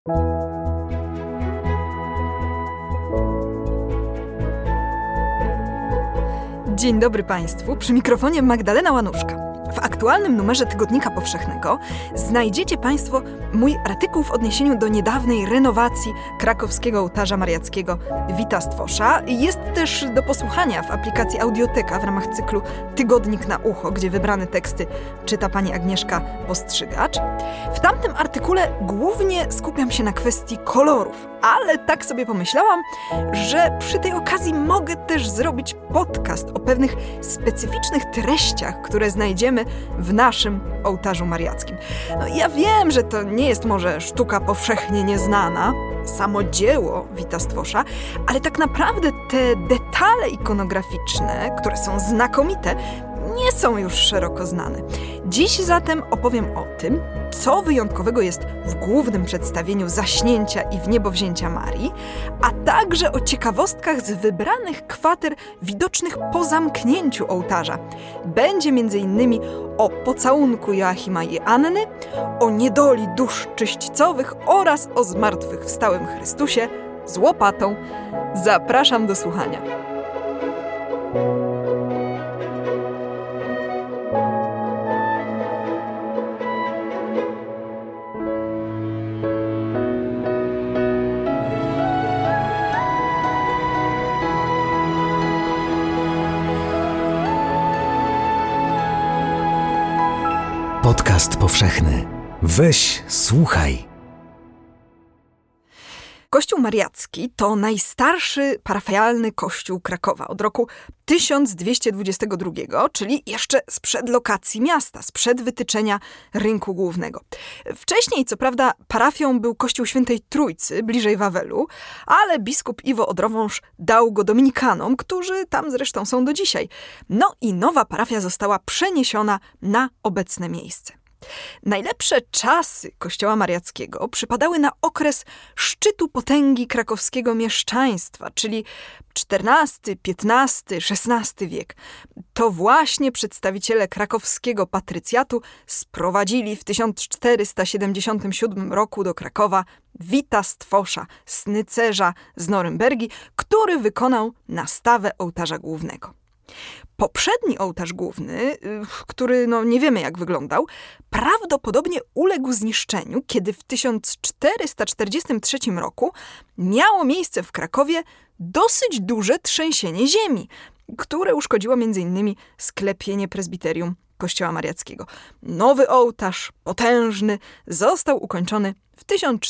Dzień dobry Państwu, przy mikrofonie Magdalena Łanuszka. W aktualnym numerze Tygodnika Powszechnego znajdziecie Państwo mój artykuł w odniesieniu do niedawnej renowacji krakowskiego ołtarza mariackiego Wita Stwosza. Jest też do posłuchania w aplikacji Audioteka w ramach cyklu Tygodnik na ucho, gdzie wybrane teksty czyta pani Agnieszka Postrzygacz. W tamtym artykule głównie skupiam się na kwestii kolorów, ale tak sobie pomyślałam, że przy tej okazji mogę też zrobić podcast o pewnych specyficznych treściach, które znajdziemy w naszym ołtarzu mariackim. No, ja wiem, że to nie jest może sztuka powszechnie nieznana, samo dzieło Wita Stwosza, ale tak naprawdę te detale ikonograficzne, które są znakomite, nie są już szeroko znane. Dziś zatem opowiem o tym, co wyjątkowego jest w głównym przedstawieniu Zaśnięcia i Wniebowzięcia Marii, a także o ciekawostkach z wybranych kwater widocznych po zamknięciu ołtarza. Będzie m.in. o pocałunku Joachima i Anny, o niedoli dusz czyśćcowych oraz o zmartwychwstałym Chrystusie z łopatą. Zapraszam do słuchania. Podcast powszechny. Weź, słuchaj. Kościół mariacki to najstarszy parafialny kościół Krakowa od roku 1222, czyli jeszcze sprzed lokacji miasta, sprzed wytyczenia rynku głównego. Wcześniej, co prawda, parafią był kościół Świętej Trójcy, bliżej Wawelu, ale biskup Iwo Odrowąż dał go dominikanom, którzy tam zresztą są do dzisiaj. No i nowa parafia została przeniesiona na obecne miejsce. Najlepsze czasy kościoła mariackiego przypadały na okres szczytu potęgi krakowskiego mieszczaństwa, czyli XIV, XV, XVI wiek. To właśnie przedstawiciele krakowskiego patrycjatu sprowadzili w 1477 roku do Krakowa Wita Stwosza, snycerza z Norymbergi, który wykonał nastawę ołtarza głównego. Poprzedni ołtarz główny, który nie wiemy jak wyglądał, prawdopodobnie uległ zniszczeniu, kiedy w 1443 roku miało miejsce w Krakowie dosyć duże trzęsienie ziemi, które uszkodziło m.in. sklepienie prezbiterium kościoła mariackiego. Nowy ołtarz, potężny, został ukończony w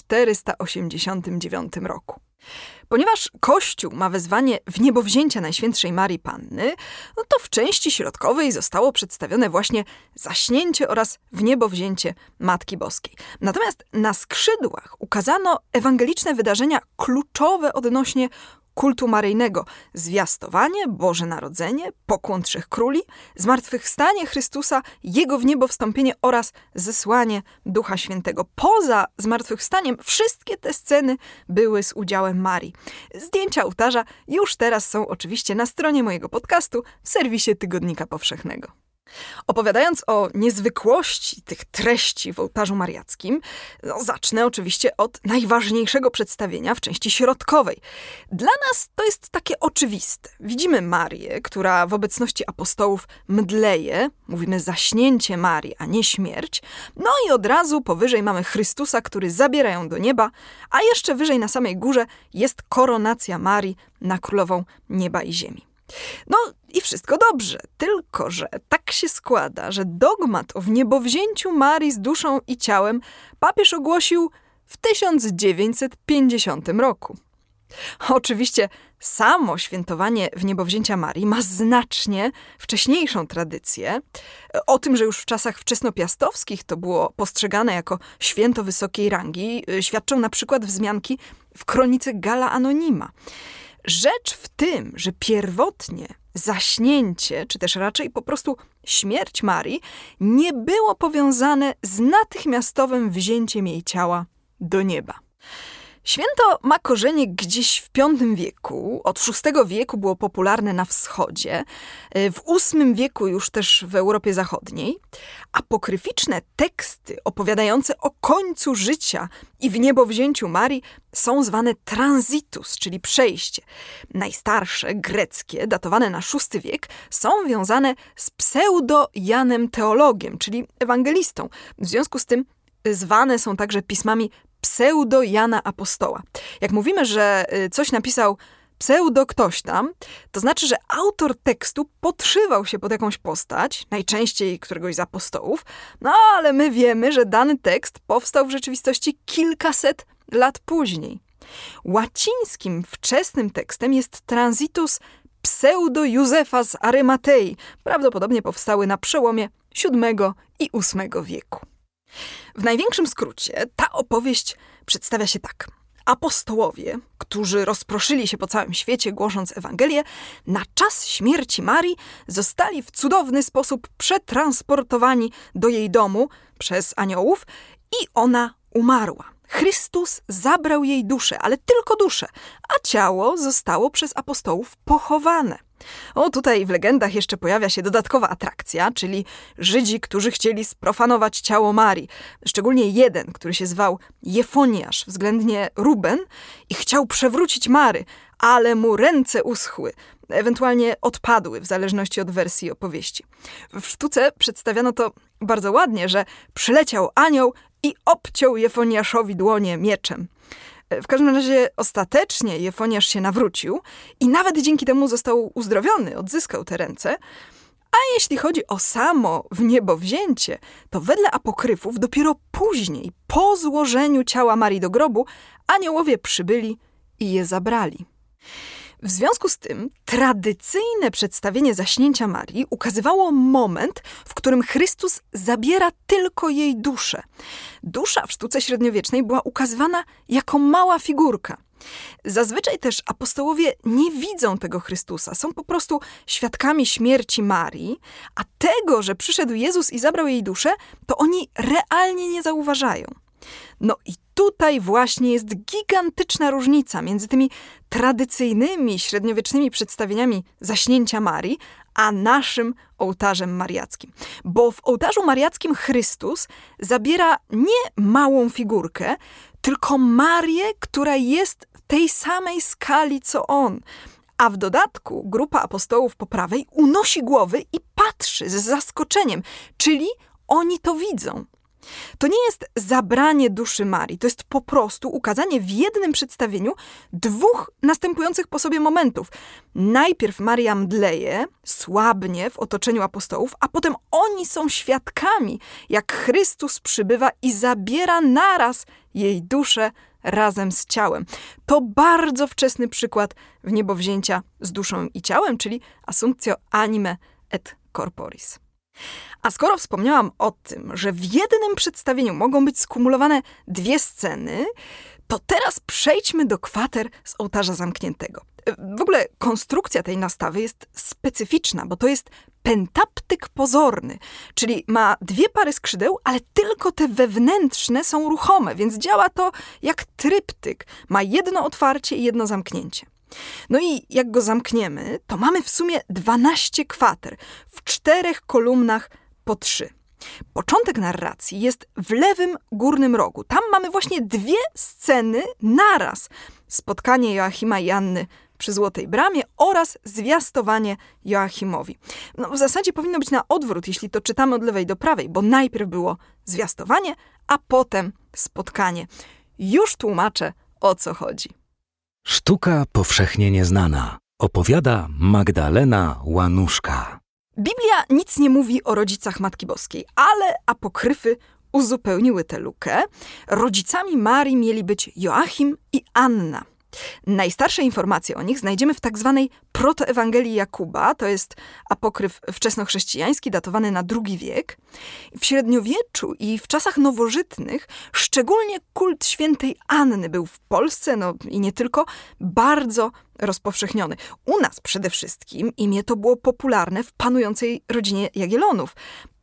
1489 roku. Ponieważ Kościół ma wezwanie Wniebowzięcia Najświętszej Marii Panny, to w części środkowej zostało przedstawione właśnie Zaśnięcie oraz Wniebowzięcie Matki Boskiej. Natomiast na skrzydłach ukazano ewangeliczne wydarzenia kluczowe odnośnie kultu maryjnego: zwiastowanie, Boże Narodzenie, pokłon Trzech Króli, zmartwychwstanie Chrystusa, Jego wniebowstąpienie oraz zesłanie Ducha Świętego. Poza zmartwychwstaniem wszystkie te sceny były z udziałem Marii. Zdjęcia ołtarza już teraz są oczywiście na stronie mojego podcastu w serwisie Tygodnika Powszechnego. Opowiadając o niezwykłości tych treści w ołtarzu mariackim, zacznę oczywiście od najważniejszego przedstawienia w części środkowej. Dla nas to jest takie oczywiste. Widzimy Marię, która w obecności apostołów mdleje, mówimy zaśnięcie Marii, a nie śmierć, no i od razu powyżej mamy Chrystusa, który zabiera ją do nieba, a jeszcze wyżej na samej górze jest koronacja Marii na królową nieba i ziemi. No i wszystko dobrze, tylko że tak się składa, że dogmat o wniebowzięciu Marii z duszą i ciałem papież ogłosił w 1950 roku. Oczywiście samo świętowanie wniebowzięcia Marii ma znacznie wcześniejszą tradycję. O tym, że już w czasach wczesnopiastowskich to było postrzegane jako święto wysokiej rangi, świadczą na przykład wzmianki w kronice Galla Anonima. Rzecz w tym, że pierwotnie zaśnięcie, czy też raczej po prostu śmierć Marii, nie było powiązane z natychmiastowym wzięciem jej ciała do nieba. Święto ma korzenie gdzieś w V wieku. Od VI wieku było popularne na wschodzie. W VIII wieku już też w Europie Zachodniej. Apokryficzne teksty opowiadające o końcu życia i wniebowzięciu Marii są zwane transitus, czyli przejście. Najstarsze, greckie, datowane na VI wiek, są wiązane z pseudo-Janem Teologiem, czyli ewangelistą. W związku z tym zwane są także pismami pseudo-Jana Apostoła. Jak mówimy, że coś napisał pseudo ktoś tam, to znaczy, że autor tekstu podszywał się pod jakąś postać, najczęściej któregoś z apostołów, no ale my wiemy, że dany tekst powstał w rzeczywistości kilkaset lat później. Łacińskim wczesnym tekstem jest transitus pseudo Józefa z Arymatei. Prawdopodobnie powstały na przełomie VII i VIII wieku. W największym skrócie ta opowieść przedstawia się tak. Apostołowie, którzy rozproszyli się po całym świecie, głosząc Ewangelię, na czas śmierci Marii zostali w cudowny sposób przetransportowani do jej domu przez aniołów i ona umarła. Chrystus zabrał jej duszę, ale tylko duszę, a ciało zostało przez apostołów pochowane. Tutaj w legendach jeszcze pojawia się dodatkowa atrakcja, czyli Żydzi, którzy chcieli sprofanować ciało Marii. Szczególnie jeden, który się zwał Jefoniasz, względnie Ruben, i chciał przewrócić Mary, ale mu ręce uschły, ewentualnie odpadły, w zależności od wersji opowieści. W sztuce przedstawiano to bardzo ładnie, że przyleciał anioł i obciął Jefoniaszowi dłonie mieczem. W każdym razie ostatecznie Jefoniasz się nawrócił i nawet dzięki temu został uzdrowiony, odzyskał te ręce. A jeśli chodzi o samo wniebowzięcie, to wedle apokryfów dopiero później, po złożeniu ciała Marii do grobu, aniołowie przybyli i je zabrali. W związku z tym tradycyjne przedstawienie zaśnięcia Marii ukazywało moment, w którym Chrystus zabiera tylko jej duszę. Dusza w sztuce średniowiecznej była ukazywana jako mała figurka. Zazwyczaj też apostołowie nie widzą tego Chrystusa, są po prostu świadkami śmierci Marii, a tego, że przyszedł Jezus i zabrał jej duszę, to oni realnie nie zauważają. No i tutaj właśnie jest gigantyczna różnica między tymi tradycyjnymi, średniowiecznymi przedstawieniami zaśnięcia Marii, a naszym ołtarzem mariackim. Bo w ołtarzu mariackim Chrystus zabiera nie małą figurkę, tylko Marię, która jest w tej samej skali co on. A w dodatku grupa apostołów po prawej unosi głowy i patrzy z zaskoczeniem, czyli oni to widzą. To nie jest zabranie duszy Marii, to jest po prostu ukazanie w jednym przedstawieniu dwóch następujących po sobie momentów. Najpierw Maria mdleje, słabnie w otoczeniu apostołów, a potem oni są świadkami, jak Chrystus przybywa i zabiera naraz jej duszę razem z ciałem. To bardzo wczesny przykład wniebowzięcia z duszą i ciałem, czyli assumptio anime et corporis. A skoro wspomniałam o tym, że w jednym przedstawieniu mogą być skumulowane dwie sceny, to teraz przejdźmy do kwater z ołtarza zamkniętego. W ogóle konstrukcja tej nastawy jest specyficzna, bo to jest pentaptyk pozorny, czyli ma dwie pary skrzydeł, ale tylko te wewnętrzne są ruchome, więc działa to jak tryptyk. Ma jedno otwarcie i jedno zamknięcie. No i jak go zamkniemy, to mamy w sumie 12 kwater w 4 kolumnach po 3. Początek narracji jest w lewym górnym rogu. Tam mamy właśnie dwie sceny naraz. Spotkanie Joachima i Anny przy Złotej Bramie oraz zwiastowanie Joachimowi. No, w zasadzie powinno być na odwrót, jeśli to czytamy od lewej do prawej, bo najpierw było zwiastowanie, a potem spotkanie. Już tłumaczę, o co chodzi. Sztuka powszechnie nieznana. Opowiada Magdalena Łanuszka. Biblia nic nie mówi o rodzicach Matki Boskiej, ale apokryfy uzupełniły tę lukę. Rodzicami Marii mieli być Joachim i Anna. Najstarsze informacje o nich znajdziemy w tak zwanej protoewangelii Jakuba, to jest apokryf wczesnochrześcijański datowany na II wiek. W średniowieczu i w czasach nowożytnych szczególnie kult świętej Anny był w Polsce, no i nie tylko, bardzo rozpowszechniony. U nas przede wszystkim imię to było popularne w panującej rodzinie Jagiellonów.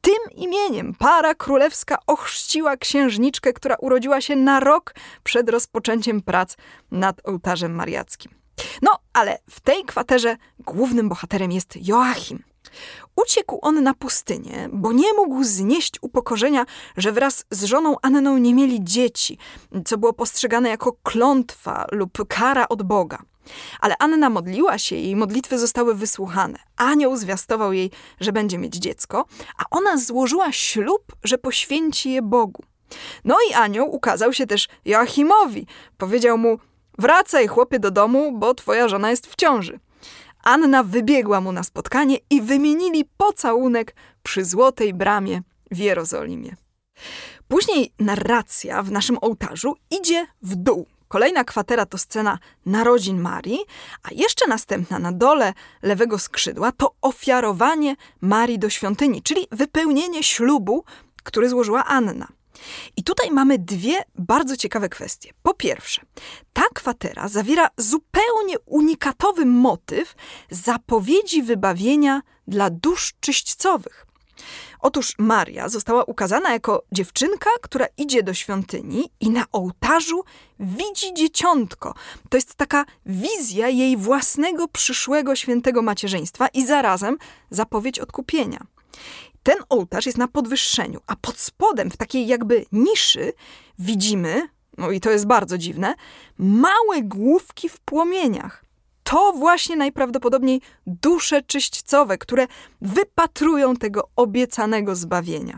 tym imieniem para królewska ochrzciła księżniczkę, która urodziła się na rok przed rozpoczęciem prac nad ołtarzem mariackim. No, ale w tej kwaterze głównym bohaterem jest Joachim. Uciekł on na pustynię, bo nie mógł znieść upokorzenia, że wraz z żoną Anną nie mieli dzieci, co było postrzegane jako klątwa lub kara od Boga. Ale Anna modliła się i jej modlitwy zostały wysłuchane. Anioł zwiastował jej, że będzie mieć dziecko, a ona złożyła ślub, że poświęci je Bogu. No i anioł ukazał się też Joachimowi. Powiedział mu: wracaj, chłopie, do domu, bo twoja żona jest w ciąży. Anna wybiegła mu na spotkanie i wymienili pocałunek przy Złotej Bramie w Jerozolimie. Później narracja w naszym ołtarzu idzie w dół. Kolejna kwatera to scena narodzin Marii, a jeszcze następna na dole lewego skrzydła to ofiarowanie Marii do świątyni, czyli wypełnienie ślubu, który złożyła Anna. I tutaj mamy dwie bardzo ciekawe kwestie. Po pierwsze, ta kwatera zawiera zupełnie unikatowy motyw zapowiedzi wybawienia dla dusz czyśćcowych. Otóż Maria została ukazana jako dziewczynka, która idzie do świątyni i na ołtarzu widzi dzieciątko. To jest taka wizja jej własnego przyszłego świętego macierzyństwa i zarazem zapowiedź odkupienia. Ten ołtarz jest na podwyższeniu, a pod spodem, w takiej jakby niszy, widzimy, no i to jest bardzo dziwne, małe główki w płomieniach. To właśnie najprawdopodobniej dusze czyśćcowe, które wypatrują tego obiecanego zbawienia.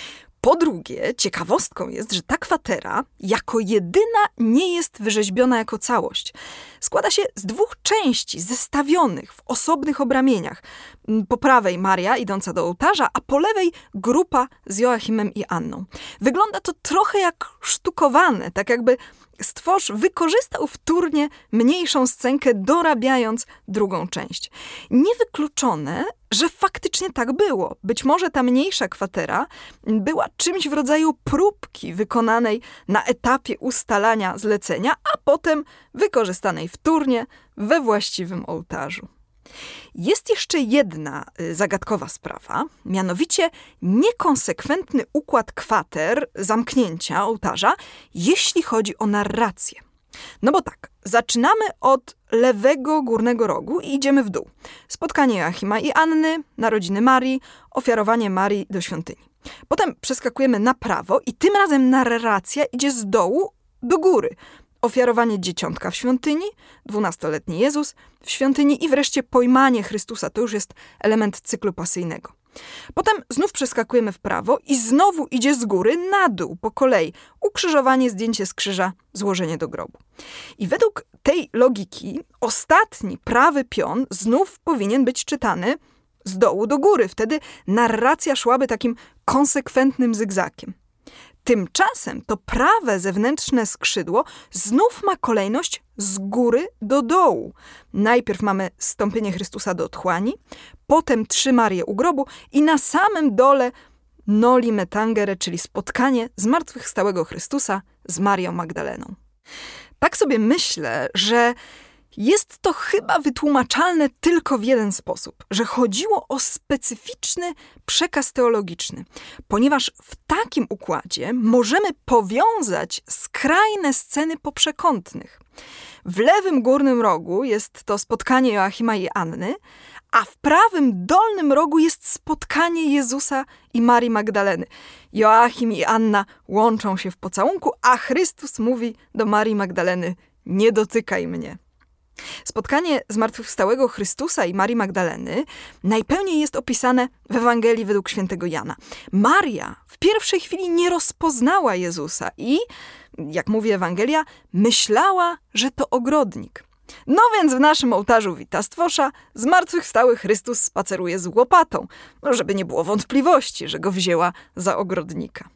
Po drugie, ciekawostką jest, że ta kwatera jako jedyna nie jest wyrzeźbiona jako całość. Składa się z dwóch części zestawionych w osobnych obramieniach. Po prawej Maria idąca do ołtarza, a po lewej grupa z Joachimem i Anną. Wygląda to trochę jak sztukowane, tak jakby stwórz wykorzystał wtórnie mniejszą scenkę, dorabiając drugą część. Niewykluczone, że faktycznie tak było. Być może ta mniejsza kwatera była czymś w rodzaju próbki wykonanej na etapie ustalania zlecenia, a potem wykorzystanej wtórnie we właściwym ołtarzu. Jest jeszcze jedna zagadkowa sprawa, mianowicie niekonsekwentny układ kwater, zamknięcia ołtarza, jeśli chodzi o narrację. No bo tak, zaczynamy od lewego górnego rogu i idziemy w dół. Spotkanie Joachima i Anny, narodziny Marii, ofiarowanie Marii do świątyni. Potem przeskakujemy na prawo i tym razem narracja idzie z dołu do góry. Ofiarowanie dzieciątka w świątyni, 12-letni Jezus w świątyni i wreszcie pojmanie Chrystusa. To już jest element cyklu pasyjnego. Potem znów przeskakujemy w prawo i znowu idzie z góry na dół po kolei. Ukrzyżowanie, zdjęcie z krzyża, złożenie do grobu. I według tej logiki ostatni prawy pion znów powinien być czytany z dołu do góry. Wtedy narracja szłaby takim konsekwentnym zygzakiem. Tymczasem to prawe zewnętrzne skrzydło znów ma kolejność z góry do dołu. Najpierw mamy zstąpienie Chrystusa do otchłani, potem 3 Marie u grobu i na samym dole Noli me tangere, czyli spotkanie zmartwychwstałego Chrystusa z Marią Magdaleną. Tak sobie myślę, że jest to chyba wytłumaczalne tylko w jeden sposób, że chodziło o specyficzny przekaz teologiczny, ponieważ w takim układzie możemy powiązać skrajne sceny poprzekątnych. W lewym górnym rogu jest to spotkanie Joachima i Anny, a w prawym dolnym rogu jest spotkanie Jezusa i Marii Magdaleny. Joachim i Anna łączą się w pocałunku, a Chrystus mówi do Marii Magdaleny: nie dotykaj mnie. Spotkanie zmartwychwstałego Chrystusa i Marii Magdaleny najpełniej jest opisane w Ewangelii według świętego Jana. Maria w pierwszej chwili nie rozpoznała Jezusa i, jak mówi Ewangelia, myślała, że to ogrodnik. No więc w naszym ołtarzu wita stwosza zmartwychwstały Chrystus spaceruje z łopatą, żeby nie było wątpliwości, że go wzięła za ogrodnika.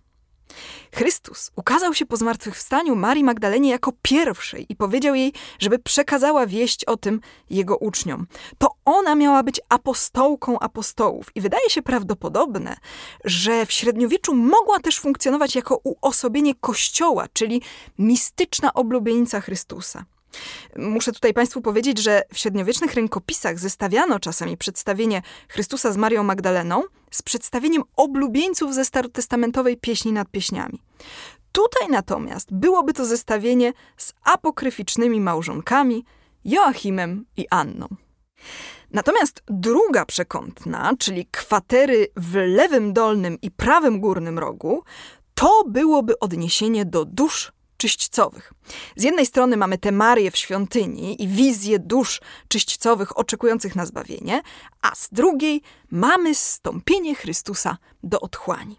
Chrystus ukazał się po zmartwychwstaniu Marii Magdalenie jako pierwszej i powiedział jej, żeby przekazała wieść o tym jego uczniom. To ona miała być apostołką apostołów i wydaje się prawdopodobne, że w średniowieczu mogła też funkcjonować jako uosobienie Kościoła, czyli mistyczna oblubienica Chrystusa. Muszę tutaj Państwu powiedzieć, że w średniowiecznych rękopisach zestawiano czasami przedstawienie Chrystusa z Marią Magdaleną z przedstawieniem oblubieńców ze starotestamentowej pieśni nad pieśniami. Tutaj natomiast byłoby to zestawienie z apokryficznymi małżonkami Joachimem i Anną. Natomiast druga przekątna, czyli kwatery w lewym dolnym i prawym górnym rogu, to byłoby odniesienie do dusz czyśćcowych. Z jednej strony mamy tę Marię w świątyni i wizję dusz czyśćcowych oczekujących na zbawienie, a z drugiej mamy zstąpienie Chrystusa do otchłani.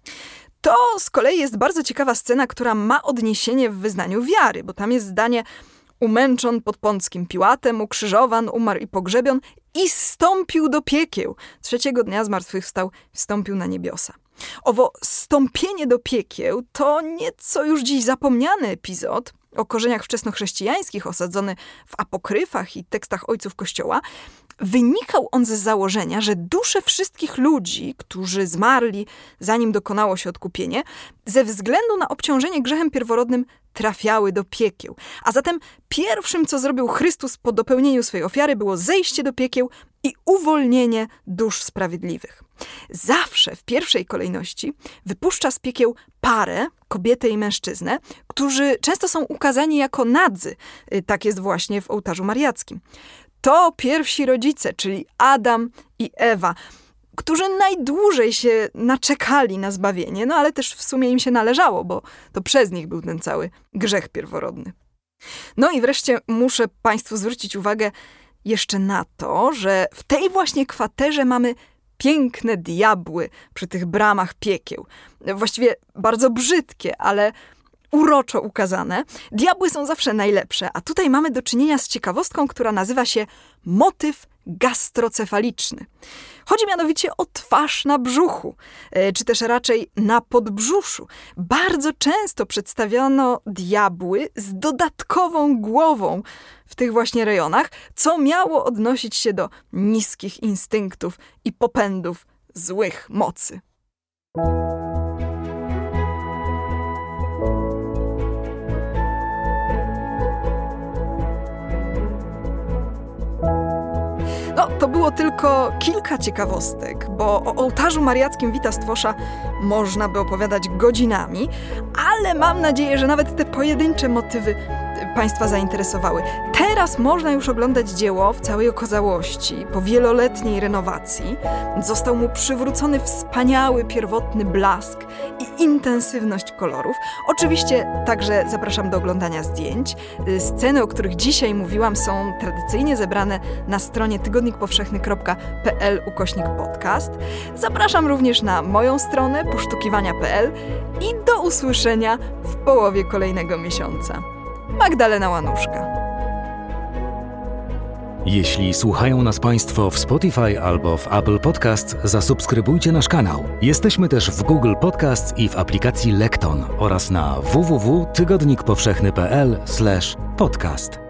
To z kolei jest bardzo ciekawa scena, która ma odniesienie w wyznaniu wiary, bo tam jest zdanie: umęczon pod Pąckim Piłatem, ukrzyżowan, umarł i pogrzebion i zstąpił do piekieł. Trzeciego dnia zmartwychwstał, wstąpił na niebiosa. Owo zstąpienie do piekieł to nieco już dziś zapomniany epizod o korzeniach wczesnochrześcijańskich, osadzony w apokryfach i tekstach ojców Kościoła. Wynikał on ze założenia, że dusze wszystkich ludzi, którzy zmarli, zanim dokonało się odkupienie, ze względu na obciążenie grzechem pierworodnym trafiały do piekieł. A zatem pierwszym, co zrobił Chrystus po dopełnieniu swojej ofiary, było zejście do piekieł i uwolnienie dusz sprawiedliwych. Zawsze w pierwszej kolejności wypuszcza z piekieł parę, kobietę i mężczyznę, którzy często są ukazani jako nadzy. Tak jest właśnie w ołtarzu mariackim. To pierwsi rodzice, czyli Adam i Ewa, którzy najdłużej się naczekali na zbawienie, no ale też w sumie im się należało, bo to przez nich był ten cały grzech pierworodny. No i wreszcie muszę Państwu zwrócić uwagę jeszcze na to, że w tej właśnie kwaterze mamy piękne diabły przy tych bramach piekieł. Właściwie bardzo brzydkie, ale uroczo ukazane. Diabły są zawsze najlepsze, a tutaj mamy do czynienia z ciekawostką, która nazywa się motyw gastrocefaliczny. Chodzi mianowicie o twarz na brzuchu, czy też raczej na podbrzuszu. Bardzo często przedstawiano diabły z dodatkową głową w tych właśnie rejonach, co miało odnosić się do niskich instynktów i popędów złych mocy. No, to było tylko kilka ciekawostek, bo o ołtarzu mariackim Wita Stwosza można by opowiadać godzinami, ale mam nadzieję, że nawet te pojedyncze motywy Państwa zainteresowały. Teraz można już oglądać dzieło w całej okazałości. Po wieloletniej renowacji został mu przywrócony wspaniały, pierwotny blask i intensywność kolorów. Oczywiście także zapraszam do oglądania zdjęć. Sceny, o których dzisiaj mówiłam, są tradycyjnie zebrane na stronie tygodnikpowszechny.pl/podcast. Zapraszam również na moją stronę posztukiwania.pl i do usłyszenia w połowie kolejnego miesiąca. Magdalena Łanuszka. Jeśli słuchają nas Państwo w Spotify albo w Apple Podcasts, zasubskrybujcie nasz kanał. Jesteśmy też w Google Podcasts i w aplikacji Lekton oraz na www.tygodnikpowszechny.pl/podcast.